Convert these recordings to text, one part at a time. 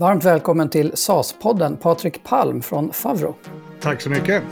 Varmt välkommen till SAS-podden, Patrik Palm från Favro. Tack så mycket.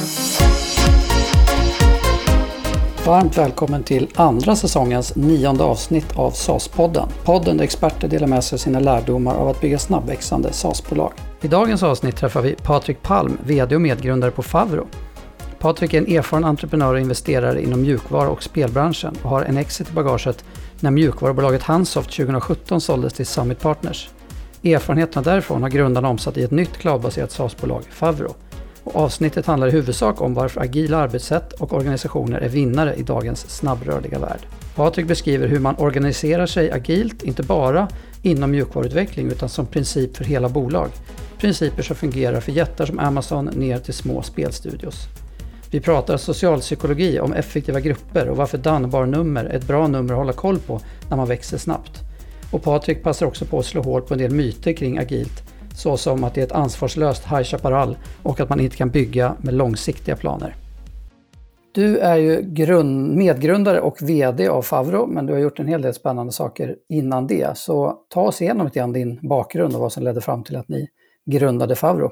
Varmt välkommen till andra säsongens 9:e avsnitt av SAS-podden. Podden där experter delar med sig sina lärdomar av att bygga snabbväxande SAS-bolag. I dagens avsnitt träffar vi Patrik Palm, vd och medgrundare på Favro. Patrik är en erfaren entreprenör och investerare inom mjukvara- och spelbranschen och har en exit i bagaget när mjukvarubolaget Handsoft 2017 såldes till Summit Partners. Erfarenheterna därifrån har grundarna omsatt i ett nytt cloudbaserat SaaS-bolag, Favro. Och avsnittet handlar i huvudsak om varför agila arbetssätt och organisationer är vinnare i dagens snabbrörliga värld. Patrik beskriver hur man organiserar sig agilt, inte bara inom mjukvaruutveckling utan som princip för hela bolag. Principer som fungerar för jättar som Amazon ner till små spelstudios. Vi pratar socialpsykologi om effektiva grupper och varför Dunbar-nummer är ett bra nummer att hålla koll på när man växer snabbt. Och Patrik passar också på att slå hål på en del myter kring agilt, såsom att det är ett ansvarslöst High Chaparral och att man inte kan bygga med långsiktiga planer. Du är ju medgrundare och vd av Favro, men du har gjort en hel del spännande saker innan det. Så ta oss igenom lite grann din bakgrund och vad som ledde fram till att ni grundade Favro.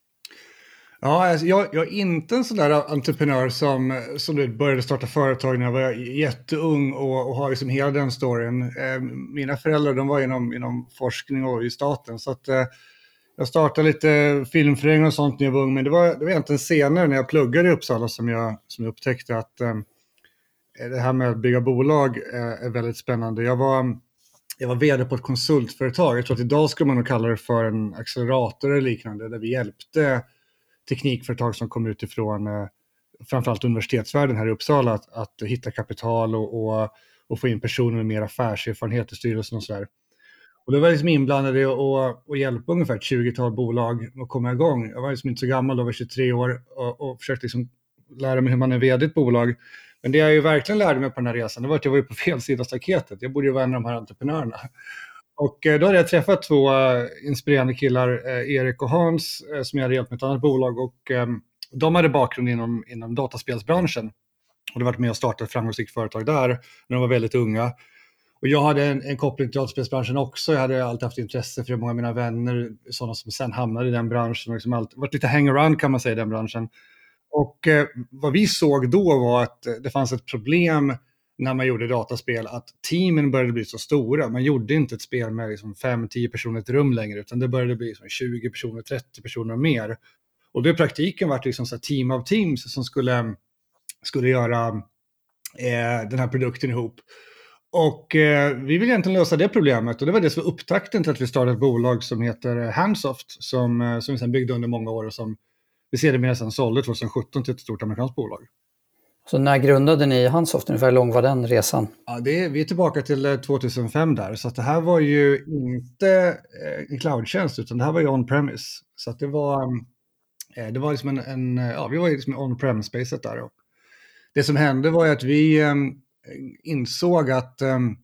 Ja, alltså jag är inte en sån där entreprenör som du började starta företag när jag var jätteung och har liksom hela den storyn. Mina föräldrar de var inom forskning och i staten, så att jag startade lite filmföreningar och sånt när jag var ung, men det var egentligen senare när jag pluggade i Uppsala som jag upptäckte att det här med att bygga bolag är väldigt spännande. Jag var vd på ett konsultföretag. Jag tror att idag skulle man nog kalla det för en accelerator eller liknande, där vi hjälpte teknikföretag som kom utifrån framförallt universitetsvärlden här i Uppsala att hitta kapital och få in personer med mer affärserfarenhet i styrelsen och sådär. Och då var jag liksom inblandad i att hjälpa ungefär ett 20-tal bolag att komma igång. Jag var liksom inte så gammal, då var 23 år och försökte liksom lära mig hur man är vd i ett bolag. Men det jag ju verkligen lärde mig på den här resan, det var att jag var på fel sida av staketet. Jag borde ju vara en av de här entreprenörerna. Och då hade jag träffat två inspirerande killar, Erik och Hans, som jag hade hjälpt med ett annat bolag. Och de hade bakgrund inom dataspelsbranschen. Och hade varit med och startat ett framgångsrikt företag där när de var väldigt unga. Och jag hade en koppling till dataspelsbranschen också. Jag hade alltid haft intresse för många av mina vänner, sådana som sen hamnade i den branschen. Och liksom alltid varit lite hangaround kan man säga i den branschen. Och vad vi såg då var att det fanns ett problem när man gjorde dataspel, att teamen började bli så stora. Man gjorde inte ett spel med liksom 5-10 personer i ett rum längre, utan det började bli liksom 20 personer, 30 personer och mer. Och då i praktiken var det liksom så team av teams som skulle göra den här produkten ihop. Och vi vill egentligen lösa det problemet, och det var det som var upptakten till att vi startade ett bolag som heter Handsoft, som vi sedan byggde under många år och som vi ser det med sedan sålde 2017 till ett stort amerikanskt bolag. Så när grundade ni Handsoft? Ungefär lång var den resan? Ja, vi är tillbaka till 2005 där. Så att det här var ju inte en cloudtjänst, utan det här var ju on-premise. Så att det var liksom vi var liksom on-premise-spacet där. Och det som hände var ju att vi insåg att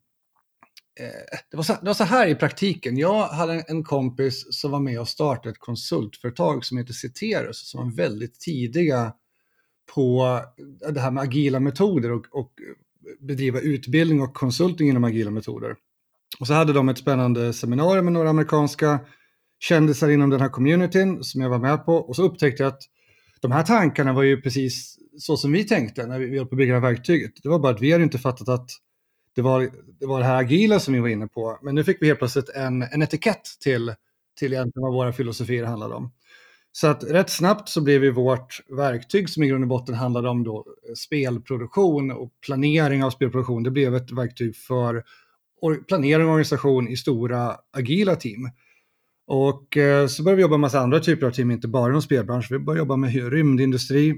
det var så här i praktiken. Jag hade en kompis som var med och startade ett konsultföretag som heter Citerus, som var väldigt tidiga på det här med agila metoder och bedriva utbildning och konsulting inom agila metoder. Och så hade de ett spännande seminarium med några amerikanska kändisar inom den här communityn som jag var med på. Och så upptäckte jag att de här tankarna var ju precis så som vi tänkte när vi höll på att bygga det här verktyget. Det var bara att vi hade inte fattat att det var det här agila som vi var inne på. Men nu fick vi helt plötsligt en etikett till egentligen vad våra filosofier handlade om. Så att rätt snabbt så blev vi vårt verktyg, som i grund och botten handlade om då spelproduktion och planering av spelproduktion. Det blev ett verktyg för planering och organisation i stora agila team. Och så började vi jobba med massa andra typer av team, inte bara inom spelbranschen. Vi började jobba med rymdindustri,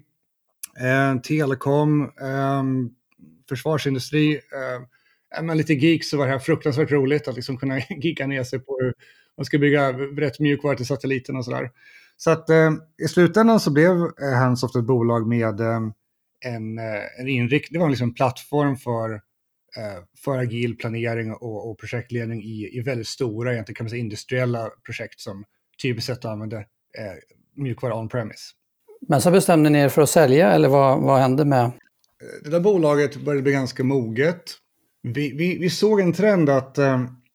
telekom, försvarsindustri. Men lite geek, så var det här fruktansvärt roligt att liksom kunna geeka ner sig på hur man ska bygga rätt mjukvara till satelliten och sådär. Så att i slutändan så blev Handsoft ett bolag med en inriktning. Det var liksom en plattform för agil planering och projektledning i väldigt stora, egentligen kan man säga industriella projekt som typiskt sett använde mjukvara on-premise. Men så bestämde ni er för att sälja, eller vad hände med? Det där bolaget började bli ganska moget. Vi såg en trend att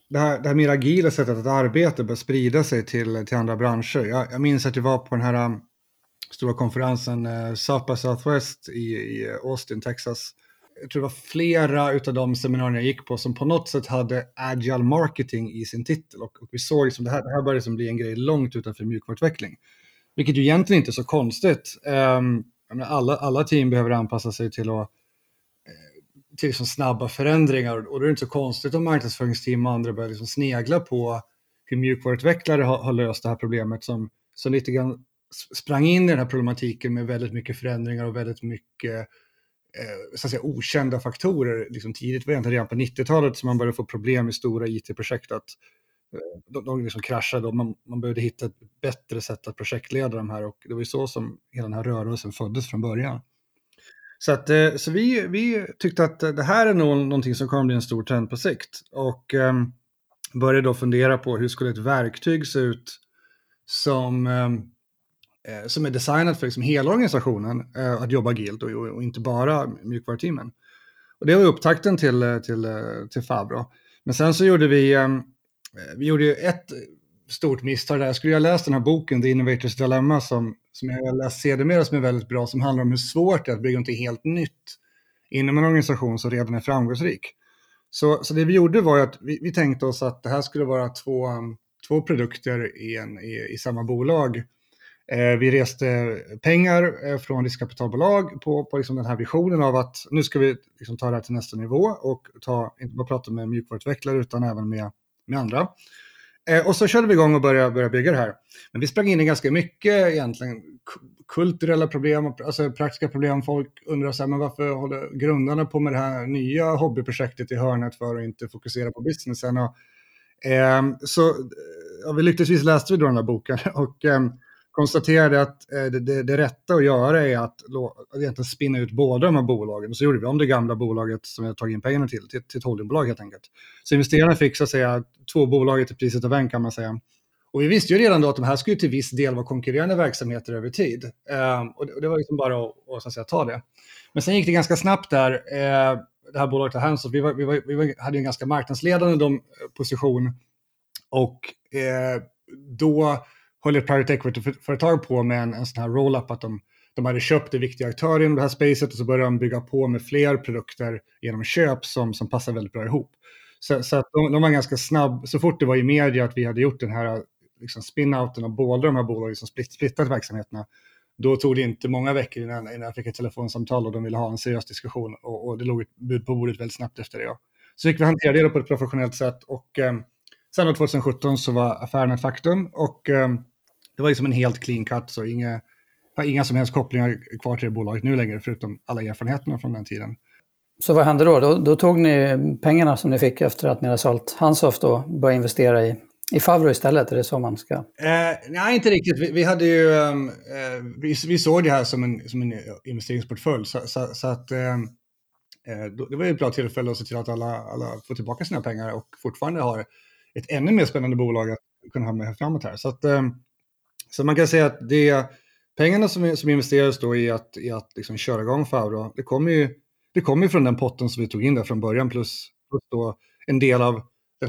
det här mer agila sättet att arbeta bör sprida sig till andra branscher. Jag minns att jag var på den här stora konferensen South by Southwest i Austin, Texas. Jag tror det var flera utav de seminarier jag gick på som på något sätt hade agile marketing i sin titel. Och vi såg liksom det här började liksom bli en grej långt utanför mjukvaruutveckling. Vilket ju egentligen inte är så konstigt. Alla team behöver anpassa sig till liksom snabba förändringar. Och det är inte så konstigt om marknadsföringsteam och andra börjar liksom snegla på hur mjukvaruutvecklare har löst det här problemet som lite grann sprang in i den här problematiken med väldigt mycket förändringar och väldigt mycket så att säga, okända faktorer. Liksom tidigt var egentligen redan på 90-talet som man började få problem med stora IT-projekt att de liksom kraschade och man behövde hitta ett bättre sätt att projektleda de här, och det var ju så som hela den här rörelsen föddes från början. Så vi tyckte att det här är någonting som kommer bli en stor trend på sikt, och började då fundera på hur skulle ett verktyg se ut som är designat för liksom hela organisationen att jobba agilt och inte bara mjukvaruteamen. Och det var upptakten till Favro. Men sen så gjorde vi gjorde ett stort misstag där. Jag skulle ha läst den här boken The Innovator's Dilemma som jag har läst sedermera, som är väldigt bra, som handlar om hur svårt det är att bygga något helt nytt inom en organisation som redan är framgångsrik. Så det vi gjorde var att vi tänkte oss att det här skulle vara två produkter i samma bolag. Vi reste pengar från riskkapitalbolag på liksom den här visionen av att nu ska vi liksom ta det här till nästa nivå och inte bara prata med mjukvaruutvecklare utan även med andra. Och så körde vi igång och började bygga det här. Men vi sprang in i ganska mycket egentligen kulturella problem, alltså praktiska problem. Folk undrar så här, men varför håller grundarna på med det här nya hobbyprojektet i hörnet för att inte fokusera på businessen? Vi lyckligtvis läste vi då den här boken och konstaterade att det rätta att göra är att egentligen spinna ut båda de här bolagen. Och så gjorde vi om det gamla bolaget som vi har tagit in pengarna till ett holdingbolag helt enkelt. Så investerarna fick så att säga 2 bolag till priset av en, kan man säga. Och vi visste ju redan då att de här skulle till viss del vara konkurrerande verksamheter över tid. Och det var liksom bara att så att säga, ta det. Men sen gick det ganska snabbt där. Det här bolaget Hands, vi hade en ganska marknadsledande position. Och då höll ett private equity-företag på med en sån här roll-up att de hade köpt en viktig aktör inom det här spacet och så började de bygga på med fler produkter genom köp som passar väldigt bra ihop. Så att de var ganska snabb, så fort det var i media att vi hade gjort den här liksom spin-outen av båda de här bolagen som splittat verksamheterna, då tog det inte många veckor innan jag fick ett telefonsamtal och de ville ha en seriös diskussion och det låg ett bud på bordet väldigt snabbt efter det. Så fick vi hantera det på ett professionellt sätt och sen 2017 så var affären ett faktum och det var liksom en helt clean cut, så inga som helst kopplingar kvar till det bolaget nu längre förutom alla erfarenheterna från den tiden. Så vad hände då? Då tog ni pengarna som ni fick efter att ni hade sålt Hansoft och började investera i Favro istället? Är det så man ska? Nej, inte riktigt. Vi hade ju vi såg det här som en investeringsportfölj så att det var ju ett bra tillfälle att se till att alla får tillbaka sina pengar och fortfarande har ett ännu mer spännande bolag att kunna ha med framåt här. Så man kan säga att pengarna som investerades då i att liksom köra igång Favro, det kommer ju från den potten som vi tog in där från början plus då en del av den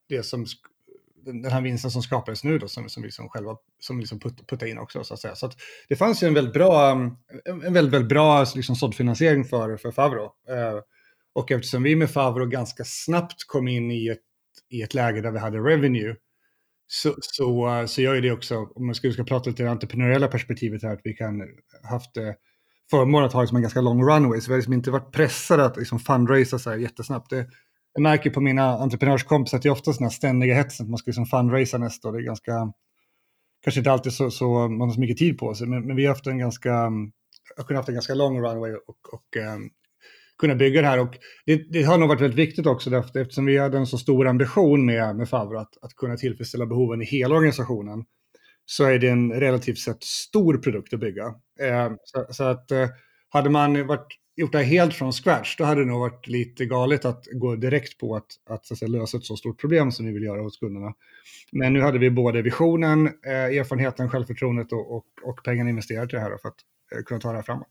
här vinsten som skapades nu då som vi liksom själva putta in också så att säga. Så att det fanns ju en väldigt bra liksom såddfinansiering för Favro. Och eftersom vi med Favro ganska snabbt kom in i ett läge där vi hade revenue så gör ju det också, om man ska prata lite det entreprenöriella perspektivet här, att vi kan haft förmån att ha liksom en ganska lång runway, så vi har liksom inte varit pressade att liksom fundraisa så här jättesnabbt. Jag märker på mina entreprenörskompisar att det är ofta sådana ständiga hetsen att man ska liksom fundraisa nästa och det är ganska, kanske inte alltid så man har så mycket tid på sig, men vi har haft en ganska lång runway och kunna bygga det här, och det har nog varit väldigt viktigt också eftersom vi hade en så stor ambition med Favro att kunna tillfredsställa behoven i hela organisationen, så är det en relativt sett stor produkt att bygga. Så att hade man gjort det här helt från scratch, då hade det nog varit lite galet att gå direkt på att så att säga, lösa ett så stort problem som vi vill göra hos kunderna. Men nu hade vi både visionen, erfarenheten, självförtroendet och pengarna investerat i det här för att kunna ta det här framåt.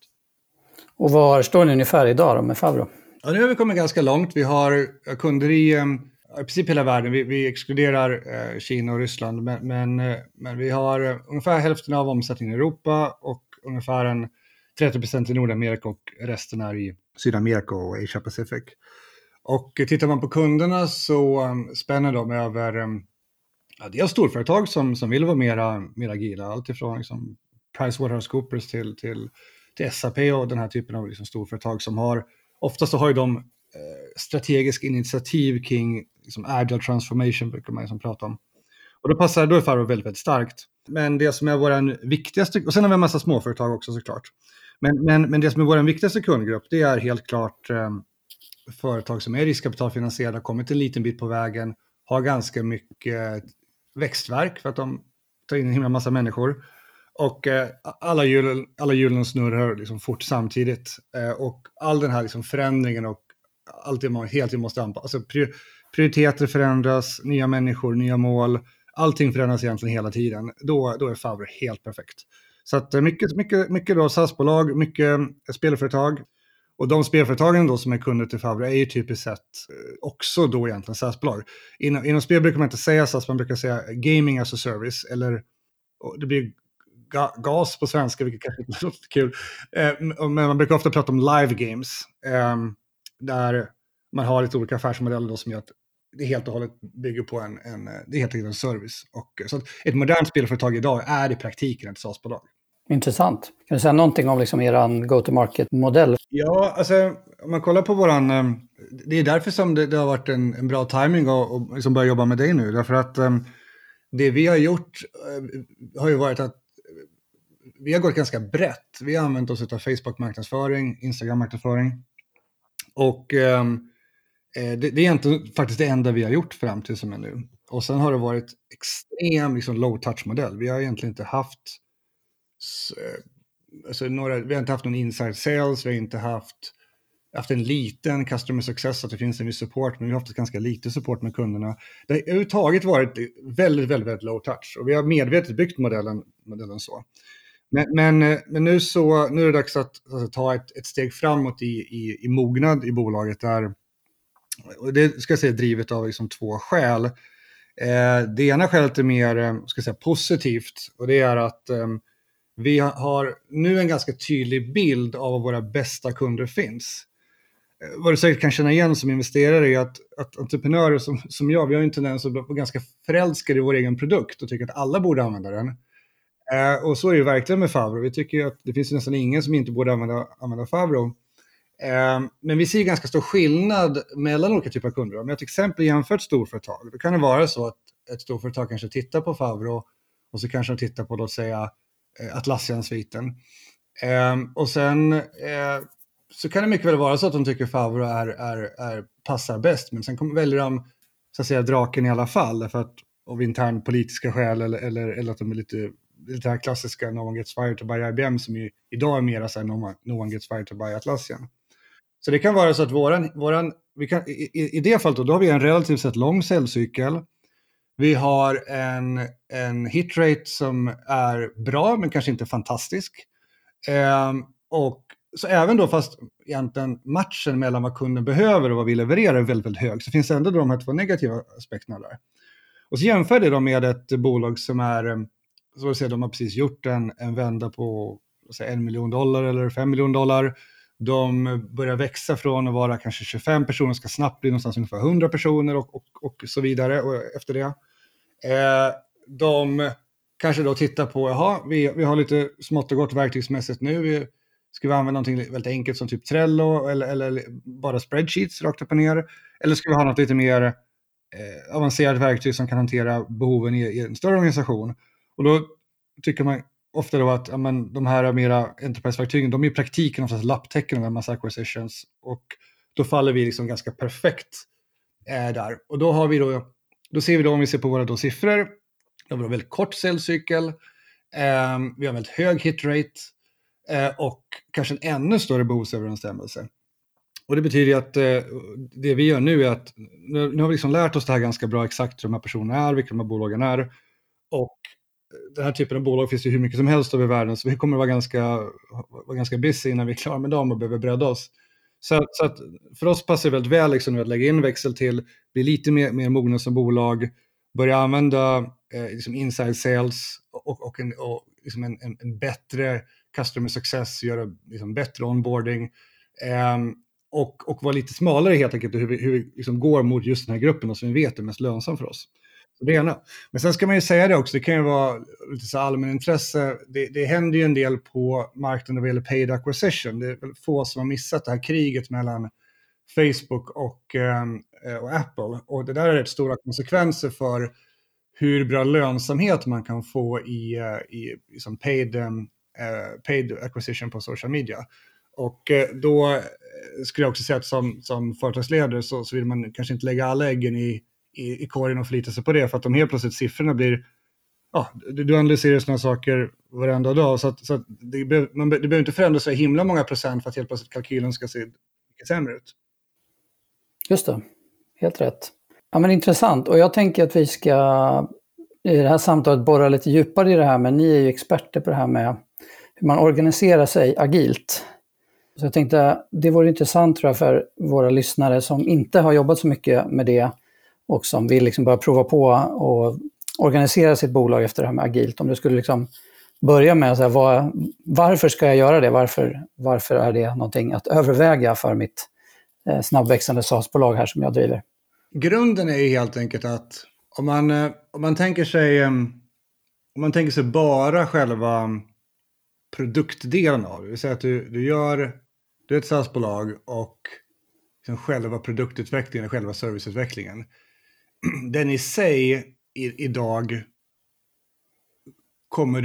Och var står ni ungefär idag då med Favro? Ja, nu har vi kommit ganska långt. Vi har kunder i i princip hela världen. Vi exkluderar Kina och Ryssland, men vi har ungefär hälften av omsättningen i Europa och ungefär 30% i Nordamerika och resten är i Sydamerika och Asia Pacific. Och tittar man på kunderna så spänner de över dels storföretag som vill vara mera agila, allt ifrån liksom PricewaterhouseCoopers till SAP och den här typen av liksom storföretag som har, oftast så har ju de strategisk initiativ kring liksom agile transformation brukar man liksom prata om. Och då är Farao väldigt, väldigt starkt. Men det som är vår viktigaste, och sen har vi en massa småföretag också såklart. Men det som är vår viktigaste kundgrupp, det är helt klart företag som är riskkapitalfinansierade, har kommit en liten bit på vägen, har ganska mycket växtverk för att de tar in en himla massa människor. Och alla hjulen snurrar liksom fort samtidigt. Och all den här liksom förändringen och allt det man helt måste anpassa. Alltså prioriteter förändras, nya människor, nya mål. Allting förändras egentligen hela tiden. Då är Favro helt perfekt. Så att mycket då SaaS-bolag, mycket spelföretag. Och de spelföretagen då som är kunder till Favro är ju typiskt sett också då egentligen SaaS-bolag. Inom spel brukar man inte säga SaaS, man brukar säga gaming as a service. Eller det blir GAS på svenska, vilket kanske inte låter kul. Men man brukar ofta prata om live games. Där man har lite olika affärsmodeller då som gör att det helt och hållet bygger på det är helt enkelt en service. Och, så att ett modernt spelföretag idag är i praktiken ett SaaS-bolag. Intressant. Kan du säga någonting om liksom er go-to-market-modell? Ja, alltså om man kollar på det är därför som det har varit en bra timing och liksom börja jobba med dig nu. Därför att det vi har gjort har ju varit att vi har gått ganska brett. Vi har använt oss av Facebook-marknadsföring, Instagram-marknadsföring. Och det är egentligen faktiskt det enda vi har gjort fram till som är nu. Och sen har det varit extrem liksom, low-touch-modell. Vi har egentligen inte haft vi har inte haft någon inside sales, vi har inte haft en liten customer success, att det finns en viss support, men vi har haft ganska lite support med kunderna. Det har överhuvudtaget varit väldigt, väldigt, väldigt low-touch och vi har medvetet byggt modellen så. Men nu är det dags att ta ett steg framåt i mognad i bolaget där, och det ska jag säga drivet av liksom 2 skäl. Det ena skälet är mer ska jag säga, positivt, och det är att vi har nu en ganska tydlig bild av var våra bästa kunder finns. Vad du säkert kan känna igen som investerare är att entreprenörer som jag, vi har en tendens att vara ganska förälskade i vår egen produkt och tycker att alla borde använda den. Och så är det verkligen med Favro. Vi tycker att det finns nästan ingen som inte borde använda Favro. Men vi ser ganska stor skillnad mellan olika typer av kunder. Om jag till exempel jämför ett storföretag, då kan det vara så att ett storföretag kanske tittar på Favro och så kanske de tittar på, låt säga, Atlassian-sviten. Och sen så kan det mycket väl vara så att de tycker Favro passar bäst, men sen väljer de så att säga draken i alla fall, därför att av intern politiska skäl eller att de är lite här klassiska no one gets fired to buy IBM, som ju idag är mera så här no one gets fired to buy Atlassian. Så det kan vara så att vi kan, i det fallet då har vi en relativt sett lång säljcykel. Vi har en hitrate som är bra men kanske inte fantastisk. Och så även då, fast egentligen matchen mellan vad kunden behöver och vad vi levererar är väldigt, väldigt hög, så finns det ändå de här 2 negativa aspekterna där. Och så jämför det då med ett bolag som är, så att säga, de har precis gjort en vända på $1 miljon eller $5 miljoner. De börjar växa från att vara kanske 25 personer, ska snabbt bli någonstans ungefär 100 personer och så vidare. Och efter det. De kanske då tittar på, vi har lite smått och gott verktygsmässigt nu. Ska vi använda någonting väldigt enkelt som typ Trello eller bara spreadsheets rakt upp och ner? Eller ska vi ha något lite mer avancerat verktyg som kan hantera behoven i en större organisation? Och då tycker man ofta då att de här mera enterprise-verktygen, de är i praktiken oftast lapptäcken av en massa acquisitions, och då faller vi liksom ganska perfekt där. Och då ser vi om vi ser på våra siffror, då har vi en väldigt kort säljcykel, vi har en väldigt hög hitrate och kanske en ännu större behovsöverensstämmelse. Och det betyder att det vi gör nu är att nu har vi liksom lärt oss det här ganska bra, exakt hur de här personerna är, vilka de här bolagen är, och den här typen av bolag finns ju hur mycket som helst över världen, så vi kommer att vara ganska busy innan vi är klara med dem och behöver bredda oss. Så att för oss passar det väldigt väl liksom, att lägga in växel till, bli lite mer mogna som bolag, börja använda liksom inside sales och liksom en bättre customer success, göra liksom bättre onboarding och vara lite smalare helt enkelt hur vi liksom går mot just den här gruppen och som vi vet är mest lönsam för oss. Så det ena. Men sen ska man ju säga det också, det kan ju vara lite så allmänintresse. Det händer ju en del på marknaden vad gäller paid acquisition. Det är väl få som har missat det här kriget mellan Facebook och Apple. Och det där är rätt stora konsekvenser för hur bra lönsamhet man kan få i liksom paid acquisition på social media. Och då skulle jag också säga att som företagsledare så vill man kanske inte lägga alla äggen i korgen och förlita sig på det, för att de helt plötsligt siffrorna blir, du analyserar sådana saker varenda dag, så att det behöver inte förändra sig himla många procent för att helt plötsligt kalkylen ska se mycket sämre ut. Just det, helt rätt. Ja, men intressant, och jag tänker att vi ska i det här samtalet borra lite djupare i det här, men ni är ju experter på det här med hur man organiserar sig agilt. Så jag tänkte, det vore intressant tror jag för våra lyssnare som inte har jobbat så mycket med det och som vill liksom börja prova på och organisera sitt bolag efter det här med agilt. Om du skulle liksom börja med att säga, varför ska jag göra det? Varför är det någonting att överväga för mitt snabbväxande SaaS-bolag här som jag driver? Grunden är ju helt enkelt att om man tänker sig bara själva produktdelen av det, vill säga att du är ett SaaS-bolag och liksom själva produktutvecklingen, själva serviceutvecklingen. Den i sig idag kommer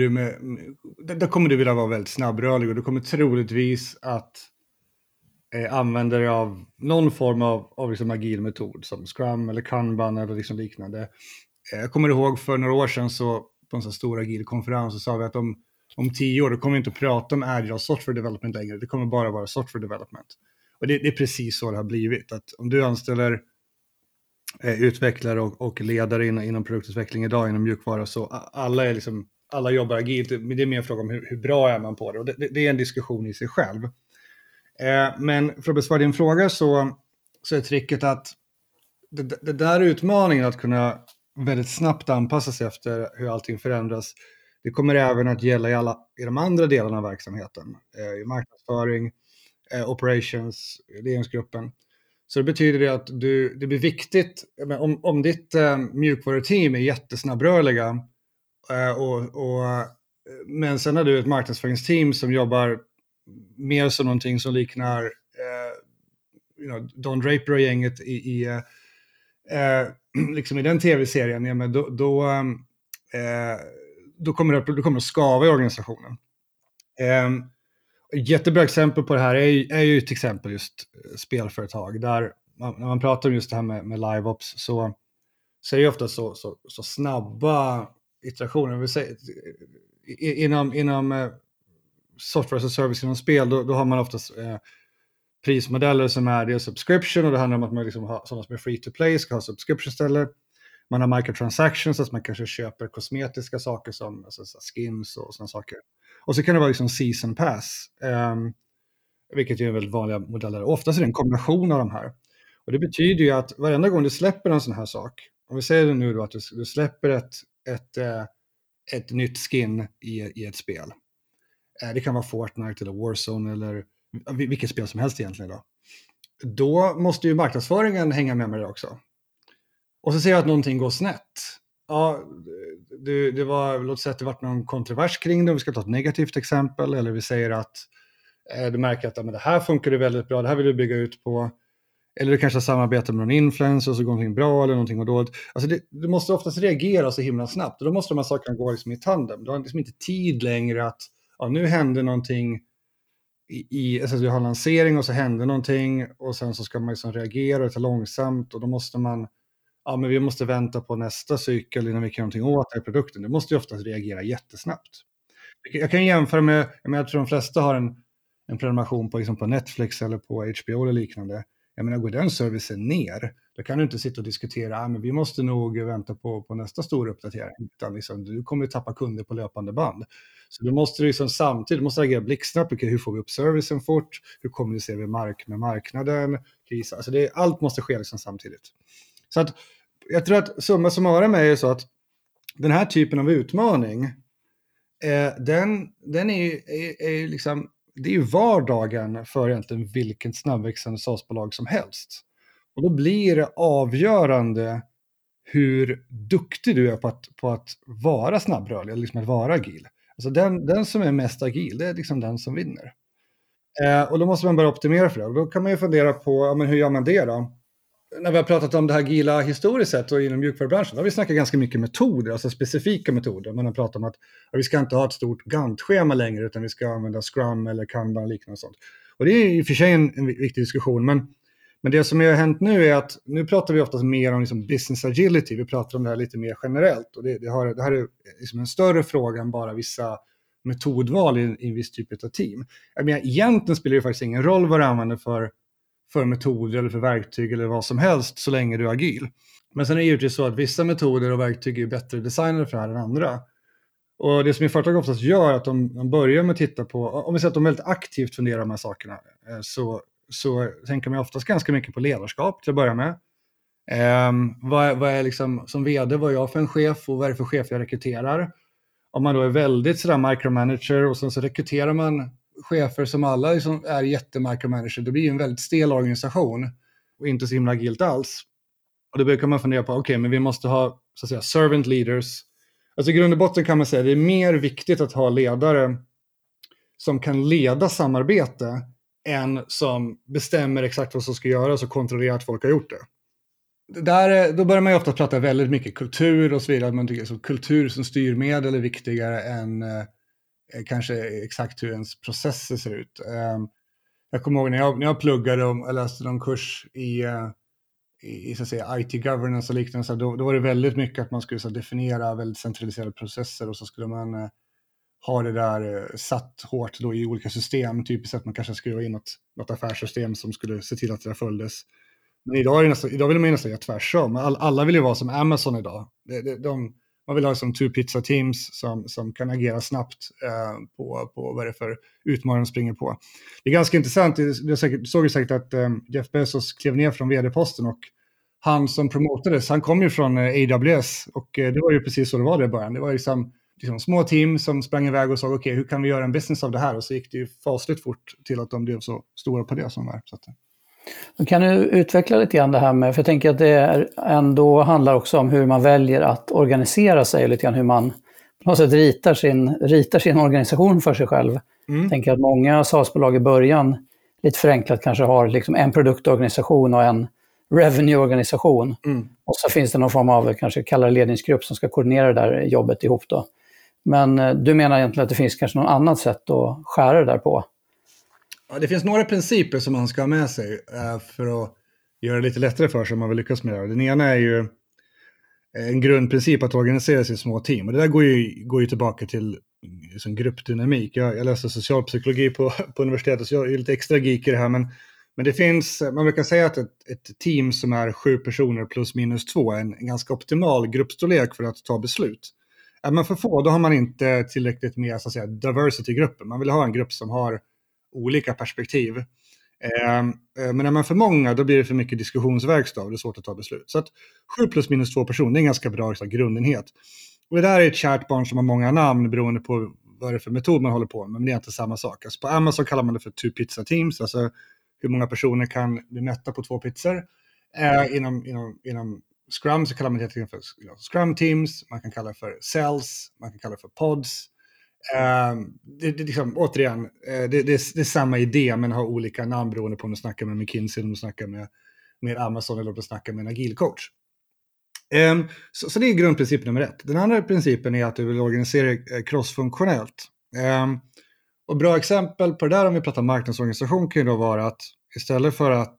du vilja vara väldigt snabbrörlig, och du kommer troligtvis att använda dig av någon form av liksom agil metod som Scrum eller Kanban eller liksom liknande. Jag kommer ihåg för några år sedan så på en sån stor agil konferens så sa vi att om 10 år då kommer vi inte att prata om agile software development längre. Det kommer bara vara software development. Och det är precis så det har blivit. Att om du anställer utvecklare och ledare inom produktutveckling idag inom mjukvara, så alla jobbar agilt. Men det är mer en fråga om hur bra är man på det. Och det är en diskussion i sig själv. Men för att besvara din fråga så är tricket att det där utmaningen att kunna väldigt snabbt anpassa sig efter hur allting förändras, det kommer även att gälla i de andra delarna av verksamheten. I marknadsföring, operations, ledningsgruppen. Så det betyder det att det blir viktigt, om ditt mjukvaruteam är jättesnabbrörliga men sen har du ett marknadsföringsteam som jobbar mer som någonting som liknar Don Draper och gänget liksom i den tv-serien, ja, men då kommer det att skava i organisationen. Jättebra exempel på det här är ju till exempel just spelföretag, där när man pratar om just det här med live-ops så är det ofta så snabba iterationer. Vi säger, inom software as a service inom spel, då har man oftast prismodeller som är det subscription, och det handlar om att man liksom har sådana som är free to play ska ha subscription istället. Man har microtransactions, att man kanske köper kosmetiska saker som skins och sådana saker. Och så kan det vara liksom season pass, vilket är väldigt vanliga modeller. Oftast är det en kombination av de här. Och det betyder ju att varenda gång du släpper en sån här sak, om vi säger nu då att du släpper ett nytt skin i ett spel. Det kan vara Fortnite eller Warzone eller vilket spel som helst egentligen då måste ju marknadsföringen hänga med det också. Och så ser jag att någonting går snett. Ja, låt säga att det varit någon kontrovers kring det, om vi ska ta ett negativt exempel, eller vi säger att du märker att men det här funkar det väldigt bra, det här vill du bygga ut på, eller du kanske samarbetar med någon influencer och så går någonting bra eller någonting går dåligt. Alltså du måste oftast reagera så himla snabbt, och då måste de här sakerna gå liksom i tandem. Du har liksom inte tid längre att nu händer någonting alltså du har lansering och så händer någonting och sen så ska man liksom reagera och ta långsamt, och då måste man men vi måste vänta på nästa cykel innan vi kan göra någonting åt den här produkten. Du måste ju oftast reagera jättesnabbt. Jag kan jämföra med jag tror de flesta har en prenumeration på, liksom på Netflix eller på HBO eller liknande. Jag menar, går den servicen ner, då kan du inte sitta och diskutera, men vi måste nog vänta på nästa stora uppdatering. Utan liksom, du kommer ju tappa kunder på löpande band. Så du måste liksom samtidigt, du måste agera blixtsnabbt. Hur får vi upp servicen fort? Hur kommunicerar vi med marknaden? Alltså allt måste ske liksom samtidigt. Så att jag tror att summa summarum är så att den här typen av utmaning, den är liksom, det är ju vardagen för egentligen vilket snabbväxande SaaS-bolag som helst. Och då blir det avgörande hur duktig du är på att vara snabbrörlig, eller liksom att vara agil. Alltså den som är mest agil, det är liksom den som vinner. Och då måste man bara optimera för det. Och då kan man ju fundera på, men hur gör man det då? När vi har pratat om det här agila historiskt sett och inom mjukvarubranschen, har vi snackat ganska mycket metoder, alltså specifika metoder. Man har pratat om att vi ska inte ha ett stort Gantt-schema längre, utan vi ska använda Scrum eller Kanban och liknande och sånt. Och det är i och för sig en viktig diskussion, men det som har hänt nu är att nu pratar vi oftast mer om liksom business agility, vi pratar om det här lite mer generellt. Och det här är liksom en större fråga än bara vissa metodval i en viss typ av team. Jag menar, egentligen spelar det faktiskt ingen roll vad du använder för metoder eller för verktyg eller vad som helst så länge du är agil. Men sen är det givetvis så att vissa metoder och verktyg är bättre designade för det här än andra. Och det som företag oftast gör är att de börjar med att titta på, om vi säger att de väldigt aktivt funderar de här sakerna, så tänker man oftast ganska mycket på ledarskap till att börja med. Vad är liksom, som vd, vad är jag för en chef och vad är det för chef jag rekryterar? Om man då är väldigt sådär micromanager och sen så rekryterar man chefer som alla liksom är jättemicromanager, då blir det en väldigt stel organisation och inte så himla agilt alls. Och då kan man fundera på, okej, men vi måste ha så att säga servant leaders. Alltså i grund och botten kan man säga att det är mer viktigt att ha ledare som kan leda samarbete än som bestämmer exakt vad som ska göras och kontrollerar att folk har gjort det. Då börjar man ju ofta prata väldigt mycket kultur och så vidare. Man tycker att kultur som styrmedel är viktigare än kanske exakt hur ens processer ser ut. Jag kommer ihåg när jag pluggade och läste någon kurs i så att säga, IT governance och liknande, så då var det väldigt mycket att man skulle så definiera väldigt centraliserade processer och så skulle man ha det där satt hårt då i olika system. Typiskt att man kanske skulle ha in något affärssystem som skulle se till att det där följdes. Men idag vill man ju nästan göra tvärsom. Alla vill ju vara som Amazon idag. Man vill ha som two pizza teams som kan agera snabbt på vad det är för utmaningar de springer på. Det är ganska intressant. Du såg ju säkert att Jeff Bezos klev ner från vd-posten och han som promotades, han kom ju från AWS och det var ju precis så det var i början. Det var liksom små team som sprang iväg och sa okej, hur kan vi göra en business av det här? Och så gick det ju fasligt fort till att de blev så stora på det som var. Så att, kan du utveckla lite grann det här med, för jag tänker att det ändå handlar också om hur man väljer att organisera sig och lite grann hur man på något sätt ritar sin organisation för sig själv. Jag tänker att många SaaS-bolag i början lite förenklat kanske har liksom en produktorganisation och en revenue-organisation. Och så finns det någon form av kanske kallare ledningsgrupp som ska koordinera det där jobbet ihop då. Men du menar egentligen att det finns kanske något annat sätt att skära det där på? Ja, det finns några principer som man ska ha med sig för att göra det lite lättare för sig om man vill lyckas med det. Den ena är ju en grundprincip att organisera sig i små team. Och det där går ju tillbaka till liksom gruppdynamik. Jag läste socialpsykologi på universitetet, så jag är lite extra geek i det här. Men det finns, man brukar säga att ett team som är 7 personer plus minus 2 är en ganska optimal gruppstorlek för att ta beslut. Är man för få, då har man inte tillräckligt med så att säga diversity i gruppen. Man vill ha en grupp som har olika perspektiv. Men när man är för många, då blir det för mycket diskussionsverkstad och det är svårt att ta beslut. Så att 7 plus minus 2 personer är en ganska bra grundenhet. Och det där är ett kärt barn som har många namn beroende på vad det är för metod man håller på med, men det är inte samma sak. Alltså på Amazon kallar man det för two pizza teams, alltså hur många personer kan bli mätta på 2 pizzor. Inom Scrum så kallar man det för Scrum teams, man kan kalla det för cells, man kan kalla det för pods. Det är liksom, återigen, det är samma idé men har olika namn beroende på om du snackar med McKinsey, om du snackar med Amazon eller om du snackar med en agil coach. Så det är grundprincip nummer 1. Den andra principen är att du vill organisera crossfunktionellt. Och bra exempel på det där om vi pratar marknadsorganisation kan ju då vara att istället för att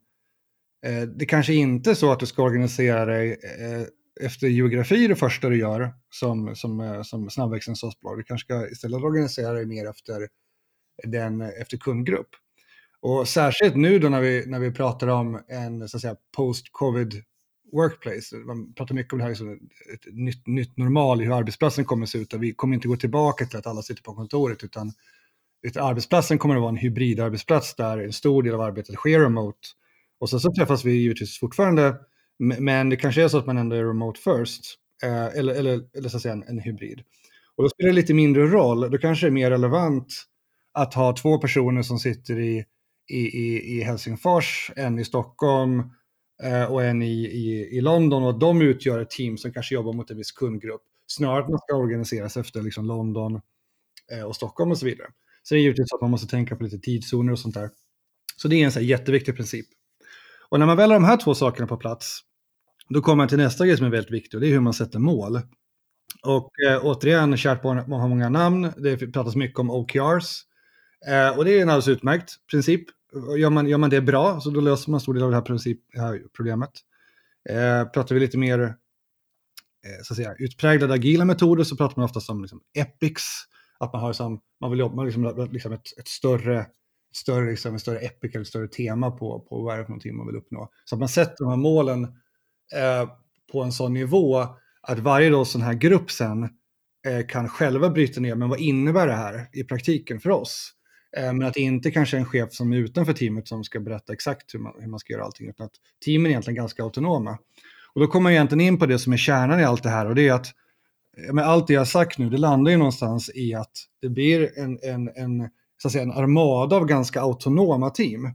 det kanske inte är så att du ska organisera dig efter geografi det första du gör som snabbväxande SaaS-bolag. Du kanske ska istället organisera dig mer efter kundgrupp. Och särskilt nu då när vi pratar om en så att säga post-covid workplace. Man pratar mycket om det här som ett nytt normal i hur arbetsplatsen kommer att se ut. Och vi kommer inte gå tillbaka till att alla sitter på kontoret, utan arbetsplatsen kommer att vara en hybridarbetsplats där en stor del av arbetet sker remote. Och så träffas vi givetvis fortfarande, men det kanske är så att man ändå är remote first, eller så att säga en hybrid. Och då spelar det lite mindre roll, då kanske det är mer relevant att ha 2 personer som sitter i Helsingfors, en i Stockholm och en i London, och att de utgör ett team som kanske jobbar mot en viss kundgrupp, snarare att man ska organiseras efter liksom London och Stockholm och så vidare. Så det är givetvis så att man måste tänka på lite tidszoner och sånt där. Så det är en så här jätteviktig princip. Och när man väl har de här 2 sakerna på plats, då kommer man till nästa grej som är väldigt viktig, och det är hur man sätter mål. Och återigen, kärt barn har många namn. Det pratas mycket om OKRs. Och det är en alldeles utmärkt princip. Gör man det bra, så då löser man stor del av det här problemet. Pratar vi lite mer så att säga, utpräglade agila metoder, så pratar man ofta om liksom epics. Att man vill jobba med liksom ett större epic eller ett större tema på vad är det för någonting man vill uppnå. Så att man sätter de här målen på en sån nivå att varje då sån här grupp sen kan själva bryta ner, men vad innebär det här i praktiken för oss? Men att det inte kanske är en chef som är utanför teamet som ska berätta exakt hur man ska göra allting, utan att teamen är egentligen ganska autonoma. Och då kommer man egentligen in på det som är kärnan i allt det här, och det är att allt det jag har sagt nu, det landar ju någonstans i att det blir en armada av ganska autonoma team.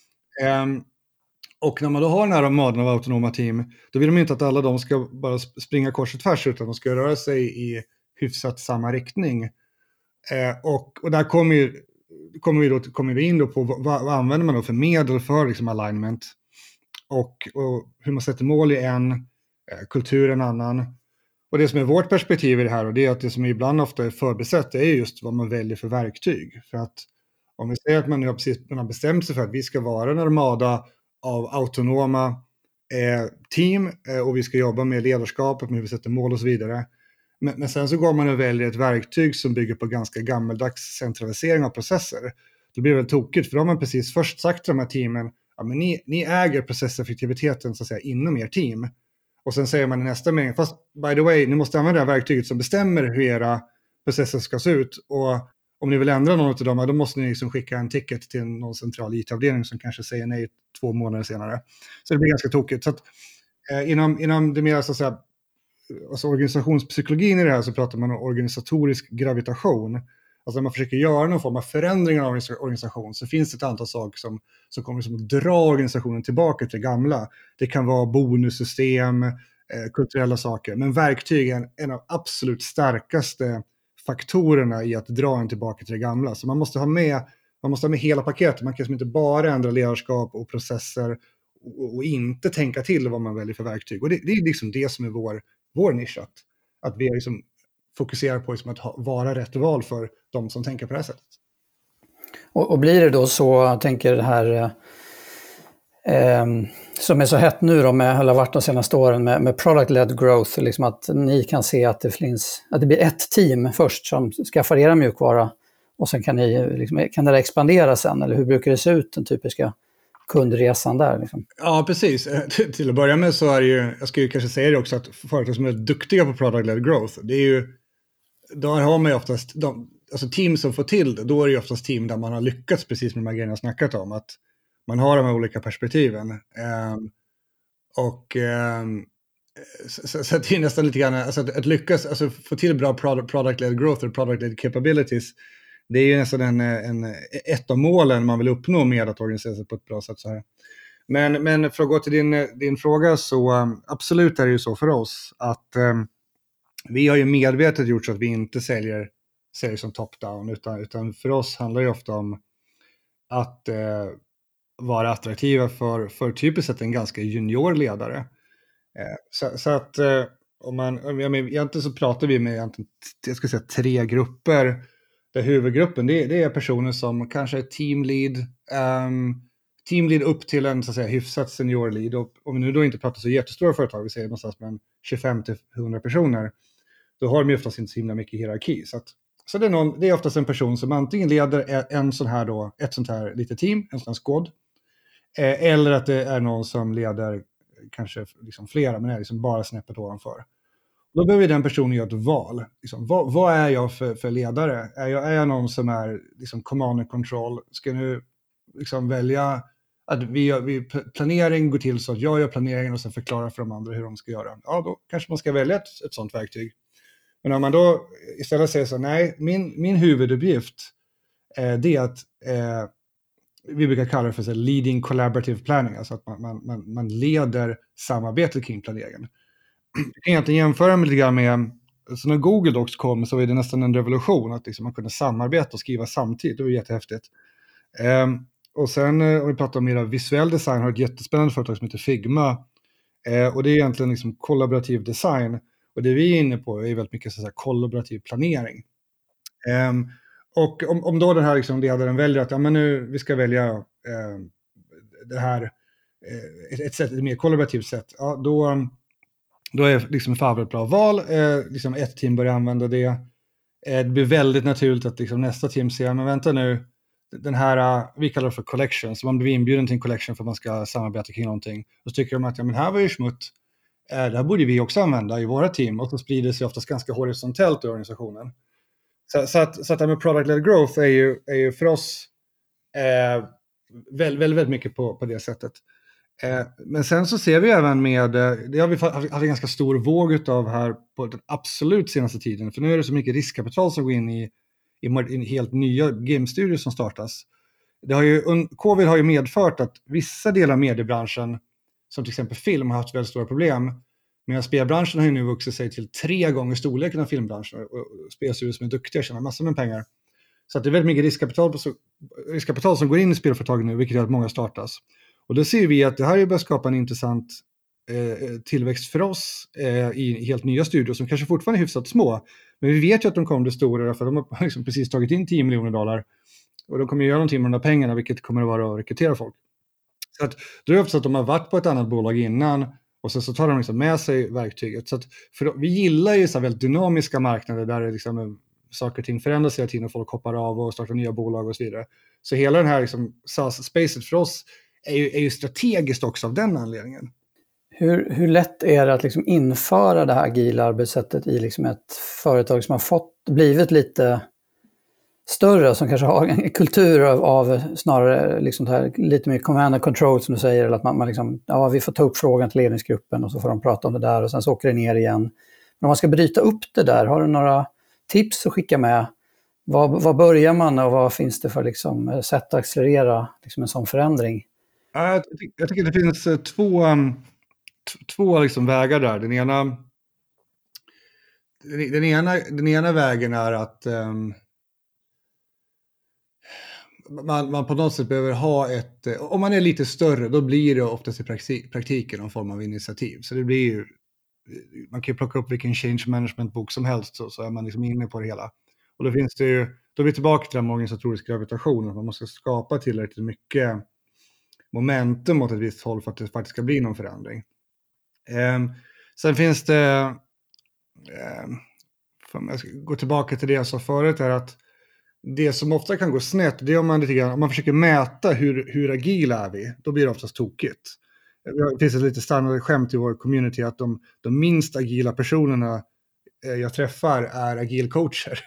Och när man då har den här armadan av autonoma team, då vill de inte att alla de ska bara springa kors och tvärs, utan de ska röra sig i hyfsat samma riktning. Och där kommer vi in då på vad använder man då för medel för liksom alignment, och hur man sätter mål i en, kultur en annan. Och det som är vårt perspektiv i det här, och det är att det som ibland ofta är förbisett, det är just vad man väljer för verktyg. För att om vi säger att man har bestämt sig för att vi ska vara en armada av autonoma team, och vi ska jobba med ledarskapet, med hur vi sätter mål och så vidare. Men sen så går man och väljer ett verktyg som bygger på ganska gammaldags centralisering av processer. Det blir väl tokigt, för då har man precis först sagt till de här teamen, ja, men ni äger processeffektiviteten så att säga inom er team. Och sen säger man i nästa mening, fast by the way, ni måste använda det här verktyget som bestämmer hur era processer ska se ut. Och om ni vill ändra något av dem, då måste ni liksom skicka en ticket till någon central IT-avdelning som kanske säger nej 2 månader senare. Så det blir ganska tokigt. Så att, inom det mer så att säga, alltså organisationspsykologin i det här, så pratar man om organisatorisk gravitation. Alltså när man försöker göra någon form av förändring av organisation, så finns det ett antal saker som kommer som att dra organisationen tillbaka till det gamla. Det kan vara bonussystem, kulturella saker, men verktyg är en av absolut starkaste faktorerna i att dra en tillbaka till det gamla. Så man måste ha med hela paketet. Man kan inte bara ändra ledarskap och processer och inte tänka till vad man väljer för verktyg. Och det är liksom det som är vår nisch, att vi liksom fokuserar på liksom att vara rätt val för de som tänker på det här sättet. Och blir det då så, jag tänker det här som är så hett nu då, med har varit de senaste åren med product-led growth, liksom att ni kan se att det blir ett team först som skaffar era mjukvara, och sen kan det expandera sen, eller hur brukar det se ut, den typiska kundresan där? Liksom? Ja, precis. Till att börja med så är det ju, jag ska ju kanske säga det också, att företag som är duktiga på product-led growth, det är ju, då har man ju oftast, alltså team som får till det, då är det ju oftast team där man har lyckats precis med de här grejerna jag snackat om, att man har de här olika perspektiven. Så det är nästan lite grann, alltså att lyckas, alltså få till bra product-led growth och product-led capabilities, det är ju nästan ett av målen man vill uppnå med att organisera sig på ett bra sätt så här. Men för att gå till din fråga, så absolut är det ju så för oss att vi har ju medvetet gjort så att vi inte säljer som top-down, utan för oss handlar det ofta om att vara attraktiva för typiskt sett en ganska junior ledare. Så att egentligen så pratar vi med, jag ska säga 3 grupper. Där huvudgruppen det är personer som kanske är teamlead upp till en så att säga hyfsat senior lead. Och om vi nu då inte pratar så jättestora företag, vi säger någonstans med 25-100 personer, då har de ju oftast inte så himla mycket hierarki. Så att Så det är oftast en person som antingen leder ett sånt här litet team, en sån här squad, eller att det är någon som leder kanske liksom flera, men är liksom bara snäppet ovanför. Då behöver den personen göra ett val. Liksom, vad är jag för ledare? Är jag någon som är liksom command and control? Ska nu liksom välja att planering går till så att jag gör planeringen och sen förklarar för de andra hur de ska göra? Ja, då kanske man ska välja ett sånt verktyg. Men om man då istället säger så, nej, min huvuduppgift det är att vi brukar kalla det för så leading collaborative planning, alltså att man leder samarbetet kring planeringen. Jag kan egentligen jämföra med lite grann med, så när Google Docs kom så var det nästan en revolution att liksom man kunde samarbeta och skriva samtidigt. Det var jättehäftigt. Och sen om vi pratar om mer visuell design har ett jättespännande företag som heter Figma. Och det är egentligen liksom kollaborativ design. Och det vi är inne på är väldigt mycket så här kollaborativ planering. Och om då den här liksom ledaren väljer att men nu vi ska välja det här ett mer kollaborativt sätt, ja, då är liksom Favre ett bra val. Liksom ett team börjar använda det. Det blir väldigt naturligt att liksom nästa team säger, men vänta nu, den här, vi kallar det för collection, så man blir inbjuden till en collection för att man ska samarbeta kring någonting. Och så tycker de att men här var ju smutt, det här borde vi också använda i våra team, och så sprider det sig oftast ganska horisontellt i organisationen. Så att det här med product-led growth är ju för oss väldigt mycket på det sättet. Men sen så ser vi även det har vi haft en ganska stor våg av här på den absolut senaste tiden, för nu är det så mycket riskkapital som går in i helt nya game-studier som startas. Covid har ju medfört att vissa delar av mediebranschen, som till exempel film, har haft väldigt stora problem, medan spelbranschen har ju nu vuxit sig till 3 gånger storleken av filmbranschen, och spelstudier som är duktiga tjänar massor med pengar. Så att det är väldigt mycket riskkapital som går in i spelföretagen nu, vilket gör att många startas. Och då ser vi att det här börjar skapa en intressant tillväxt för oss i helt nya studier som kanske fortfarande är hyfsat små. Men vi vet ju att de kommer bli stora, för de har liksom precis tagit in $10 miljoner. Och de kommer göra någonting med de där pengarna, vilket kommer att vara att rekrytera folk. Så att då är det ofta så att de har varit på ett annat bolag innan, och så tar de liksom med sig verktyget. Så att, vi gillar ju så här väldigt dynamiska marknader där det liksom saker och ting förändras hela tiden och folk hoppar av och startar nya bolag och så vidare. Så hela den här liksom SaaS-spacet för oss är ju strategiskt också av den anledningen. Hur lätt är det att liksom införa det här agila arbetssättet i liksom ett företag som har blivit lite större, som kanske har en kultur av snarare liksom det här, lite mer command and control som du säger, eller att man liksom, ja, vi får ta upp frågan till ledningsgruppen och så får de prata om det där och sen så åker det ner igen. Men om man ska bryta upp det där, har du några tips att skicka med? Vad börjar man och vad finns det för liksom sätt att accelerera liksom en sån förändring? Jag tycker det finns två liksom vägar där. Den ena vägen är att man på något sätt behöver ha om man är lite större, då blir det oftast i praktiken någon form av initiativ. Så det blir ju, man kan ju plocka upp vilken change management bok som helst, så är man liksom inne på det hela. Och då finns det ju, då är vi tillbaka till den organisatoriska gravitationen. Man måste skapa tillräckligt mycket momentum åt ett visst håll för att det faktiskt ska bli någon förändring. Sen finns det, jag ska gå tillbaka till det jag sa förut, är att det som ofta kan gå snett, det är om man försöker mäta hur agila är vi, då blir det oftast tokigt. Det finns ett lite standard skämt i vår community att de minst agila personerna jag träffar är agilcoacher.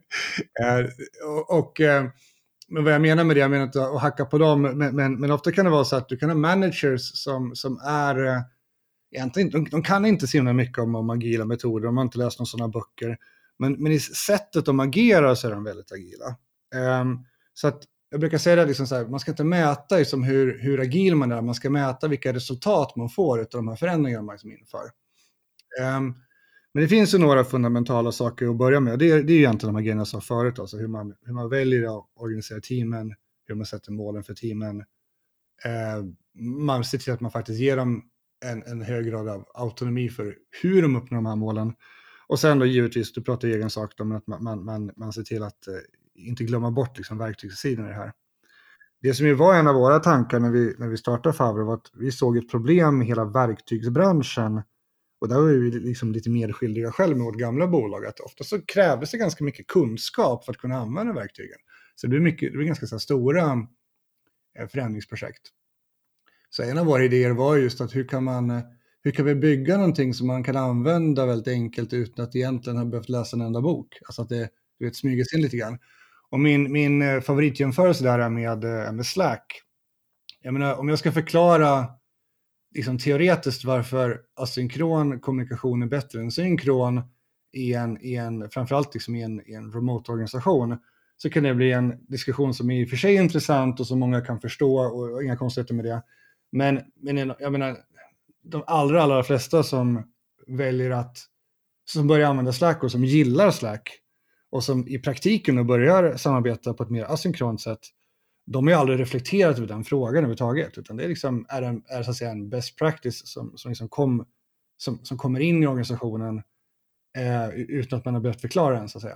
Men vad jag menar med det, jag menar inte att hacka på dem, men ofta kan det vara så att du kan ha managers som är egentligen, de kan inte så himla mycket om agila metoder, de har inte läst några sådana böcker, men i sättet de agerar så är de väldigt agila. Så att jag brukar säga det liksom så här, man ska inte mäta liksom hur agil man är, man ska mäta vilka resultat man får av de här förändringarna man liksom inför. Men det finns ju några fundamentala saker att börja med. Det är ju egentligen de här grejerna jag sa förut, alltså hur man väljer att organisera teamen, hur man sätter målen för teamen. Man ser till att man faktiskt ger dem en hög grad av autonomi för hur de uppnår de här målen. Och sen då givetvis, du pratar egen sak om att man ser till att inte glömma bort liksom verktygssidan i det här. Det som ju var en av våra tankar när vi startade Favre var att vi såg ett problem med hela verktygsbranschen Och där var vi liksom lite medskyldiga själv med vårt gamla bolag, att ofta så krävdes det ganska mycket kunskap för att kunna använda verktygen. Så det blir ganska så här stora förändringsprojekt. Så en av våra idéer var just att hur kan vi bygga någonting som man kan använda väldigt enkelt utan att egentligen ha behövt läsa en enda bok. Alltså att det smygas in lite grann. Och min favoritjämförelse där är med Slack. Jag menar, om jag ska förklara liksom teoretiskt varför asynkron kommunikation är bättre än synkron framförallt liksom i en remote-organisation, så kan det bli en diskussion som är i och för sig intressant och som många kan förstå, och inga konstigheter med det. Men jag menar, de allra flesta som börjar använda Slack och som gillar Slack och som i praktiken börjar samarbeta på ett mer asynkront sätt, de har ju aldrig reflekterat över den frågan överhuvudtaget, utan det liksom är så att säga en best practice som kommer in i organisationen utan att man har behövt förklara den, så att säga.